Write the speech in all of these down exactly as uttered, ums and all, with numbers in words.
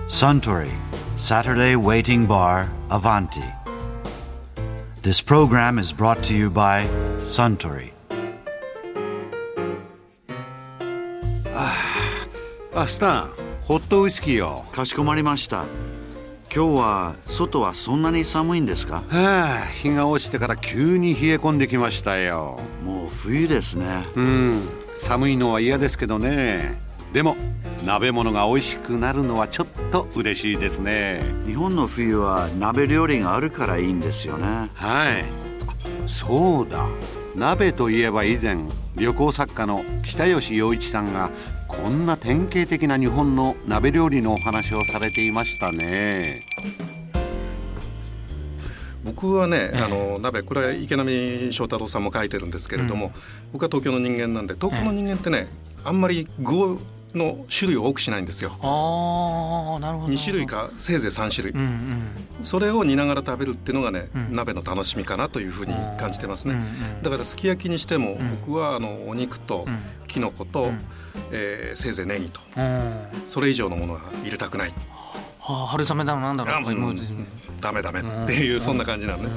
Suntory Saturday Waiting Bar Avanti. This program is brought to you by Suntory. あ、スタン、ホットウイスキーよ。 かしこまりました。今日は外はそんなに寒いんですか？ はあ、日が落ちてから急に冷え込んできましたよ。 もう冬ですね。 うん、寒いのは嫌ですけどね。でも鍋物が美味しくなるのはちょっと嬉しいですね。 日本の冬は鍋料理があるからいいんですよね。 はい。そうだ、鍋といえば以前旅行作家の北吉陽一さんがこんな典型的な日本の鍋料理のお話をされていましたね。 僕はね、えー、あの鍋、これは池波正太郎さんも書いてるんですけれども、うん、僕は東京の人間なんで、東京の人間ってね、えー、あんまり具の種類を多くしないんですよ。 あ、なるほど。 に種類かせいぜいさん種類、うんうん、それを煮ながら食べるっていうのがね、うん、鍋の楽しみかなというふうに感じてますね、うんうん、だからすき焼きにしても、うん、僕はあのお肉ときのこと、うん、えー、せいぜいネギと、うん、それ以上のものは入れたくない、 はあ、春雨だのなんだろう、うん、 ダメダメっていう、うん、そんな感じなんで、うん、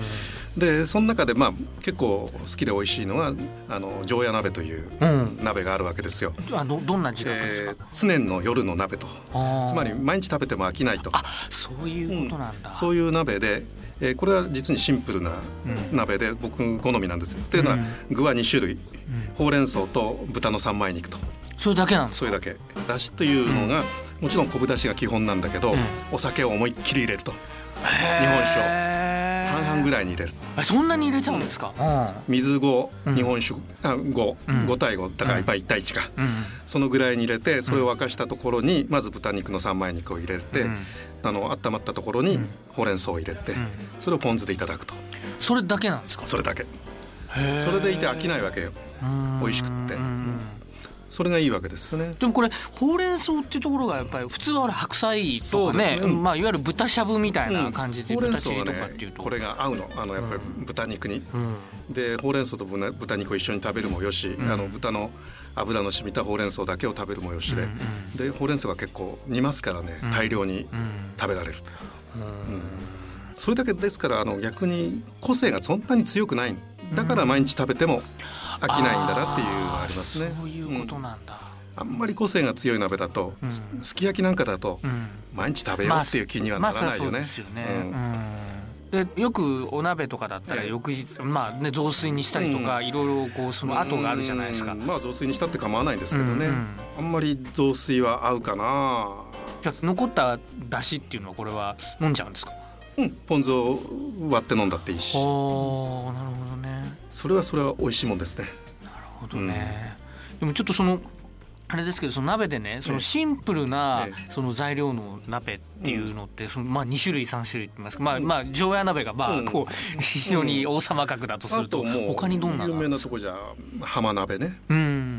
でその中で、まあ、結構好きで美味しいのはあの常夜鍋という鍋があるわけですよ、 うん、あ ど, どんな時間ですか？ えー、常の夜の鍋と、つまり毎日食べても飽きないと。 あ、そういうことなんだ、 うん、そういう鍋で、えー、これは実にシンプルな鍋で、うん、僕好みなんですよ。っていうのは、うん、具はに種類、うん、ほうれん草と豚の三枚肉と、 それだけなんですか？ それだけ。だしというのが、うん、もちろん昆布だしが基本なんだけど、うん、お酒を思いっきり入れると、日本酒を半々ぐらいに入れる。 そんなに入れちゃうんですか？うん、 水ご、日本酒ご、うん、ご対ごだからいっ対いちか、うん、そのぐらいに入れて、それを沸かしたところにまず豚肉の三枚肉を入れて、うん、あの温まったところにほうれん草を入れて、うん、それをポン酢でいただくと。 それだけなんですか？ それだけ。それでいて飽きないわけよ、美味しくって。それがいいわけですよね。 でもこれほうれん草っていうところがやっぱり普通は白菜とか ね, ね、まあ、いわゆる豚しゃぶみたいな感じで、うん、豚チリとかっていうと、 これが合うの、あのやっぱり豚肉に、うん、でほうれん草と豚肉を一緒に食べるもよし、うん、あの豚の油の染みたほうれん草だけを食べるもよしで、うんうん、でほうれん草が結構煮ますからね、大量に食べられる、うんうん、それだけですから、あの逆に個性がそんなに強くない。だから毎日食べても飽きないんだなっていうのがありますね。 そういうことなんだ、 うん、あんまり個性が強い鍋だと、うん、すき焼きなんかだと、うん、毎日食べようっていう気にはならないよね。 まあ、まあ、そうですよね、うん、でよくお鍋とかだったら翌日、まあね、雑炊にしたりとか、うん、いろいろこうその後があるじゃないですか、 うん、まあ雑炊にしたって構わないんですけどね、うんうん、あんまり雑炊は合うかな。 じゃあ残った出汁っていうのはこれは飲んじゃうんですか？ うん、ポン酢を割って飲んだっていいし。 おー、なるほどね。 それはそれは美味しいもんですね。 なるほどね、うん、でもちょっとそのあれですけど、その鍋でね、そのシンプルなその材料の鍋っていうのって、そのまあに種類さん種類って言いますか、まあまあ常夜鍋がまあこう非常に王様格だとすると、他にどんなの？ 有名なとこじゃ浜鍋ね、うん、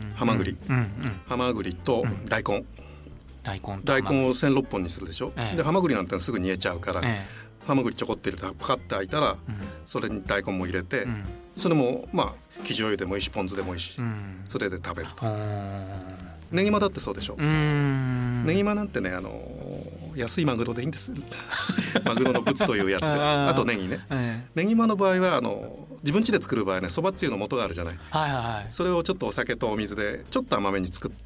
ハマグリ、うんうん、ハマグリと大根、うん、 大根大根をせんろっぽんにするでしょ、ええ、でハマグリなんてすぐ煮えちゃうから、ええ、ハマグリちょこって入れてパカッて開いたら、うん、それに大根も入れて、うん、それもまあ生醤油でもいいしポン酢でもいいし、うん、それで食べると。ネギマだってそうでしょ。ネギマなんてね、あの安いマグロでいいんですマグロのブツというやつであとネギね、ええ、ネギマの場合はあの自分家で作る場合ね、そばつゆの素があるじゃない、はいはいはい、それをちょっとお酒とお水でちょっと甘めに作って、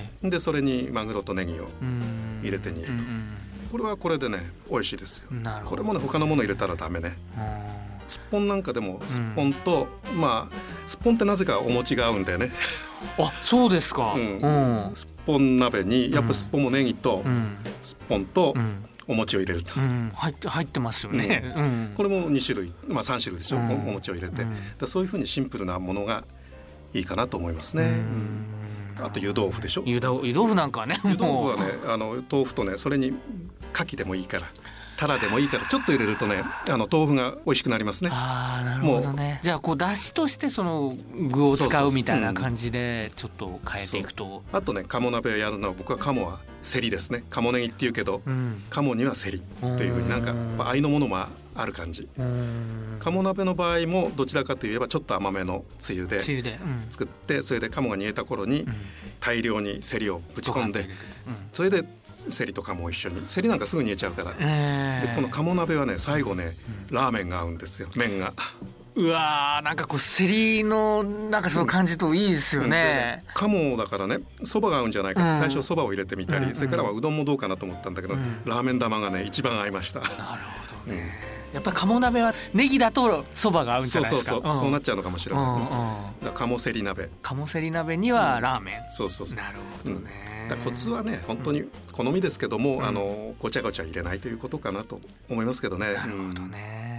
え、でそれにマグロとネギを入れて煮ると、これはこれでね美味しいですよ。これもね他のもの入れたらダメね。すっぽんなんかでもすっぽんと、うん、まあすっぽんってなぜかお餅が合うんだよね。 あ、そうですか、 うんうん、すっぽん鍋にやっぱすっぽんもネギと、うん、すっぽんとお餅を入れると、うん、 入って、入ってますよね、うんうん、 これもに種類、まあ、さん種類でしょ、うん、お餅を入れて、うん、だそういうふうにシンプルなものがいいかなと思いますね、うん、あと湯豆腐でしょ。 湯豆腐なんかはね、 湯豆腐はね、あの豆腐とね、それに牡蠣でもいいからタラでもいいからちょっと入れるとね、あの豆腐が美味しくなりますね。 あ、なるほどね。じゃあこう出汁としてその具を使うみたいな感じでちょっと変えていくと。そうそう、 あとね、鴨鍋をやるのは僕は鴨はセリですね。鴨ネギっていうけど、うん、鴨にはセリっていうふうになんか愛のものもある感じ。鴨鍋の場合もどちらかといえばちょっと甘めのつゆで作って、それで鴨が煮えた頃に大量にセリをぶち込んで、それでセリと鴨を一緒に、セリなんかすぐ煮えちゃうから、でこの鴨鍋はね最後ねラーメンが合うんですよ、麺が。 うわー、なんかこうセリのなんかその感じといいですよね。うん、ね鴨だからね、そばが合うんじゃないかって、うん、最初そばを入れてみたり、うん、それからはうどんもどうかなと思ったんだけど、うん、ラーメン玉がね一番合いました。なるほどね、うん、やっぱり鴨鍋はネギだとそばが合うんじゃないですか。 そうそうそう、うん、そうなっちゃうのかもしれない、うんうん、だから鴨セリ鍋鴨セリ鍋にはラーメン、 うん、そうそうそう、 なるほどね、 うん、だコツはね本当に好みですけども、うん、あのごちゃごちゃ入れないということかなと思いますけどね。 なるほどね、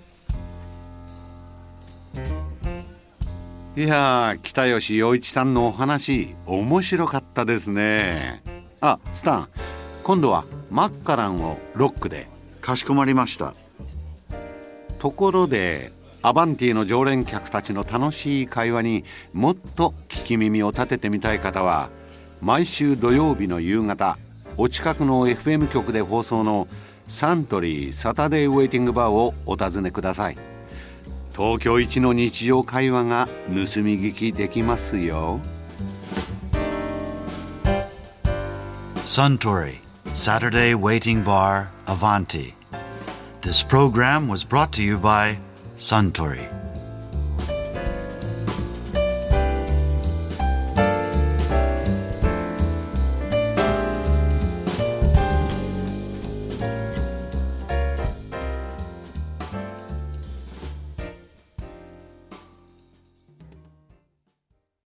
いやー、北吉陽一さんのお話面白かったですね。あ、スタン、今度はマッカランをロックで。 かしこまりました。 ところでアバンティの常連客たちの楽しい会話にもっと聞き耳を立ててみたい方は、毎週土曜日の夕方お近くの エフエム 局で放送のサントリーサタデーウェイティングバーをお尋ねください。東京一の日常会話が盗み聞きできますよ。 Suntory Saturday Waiting Bar Avanti. This program was brought to you by Suntory.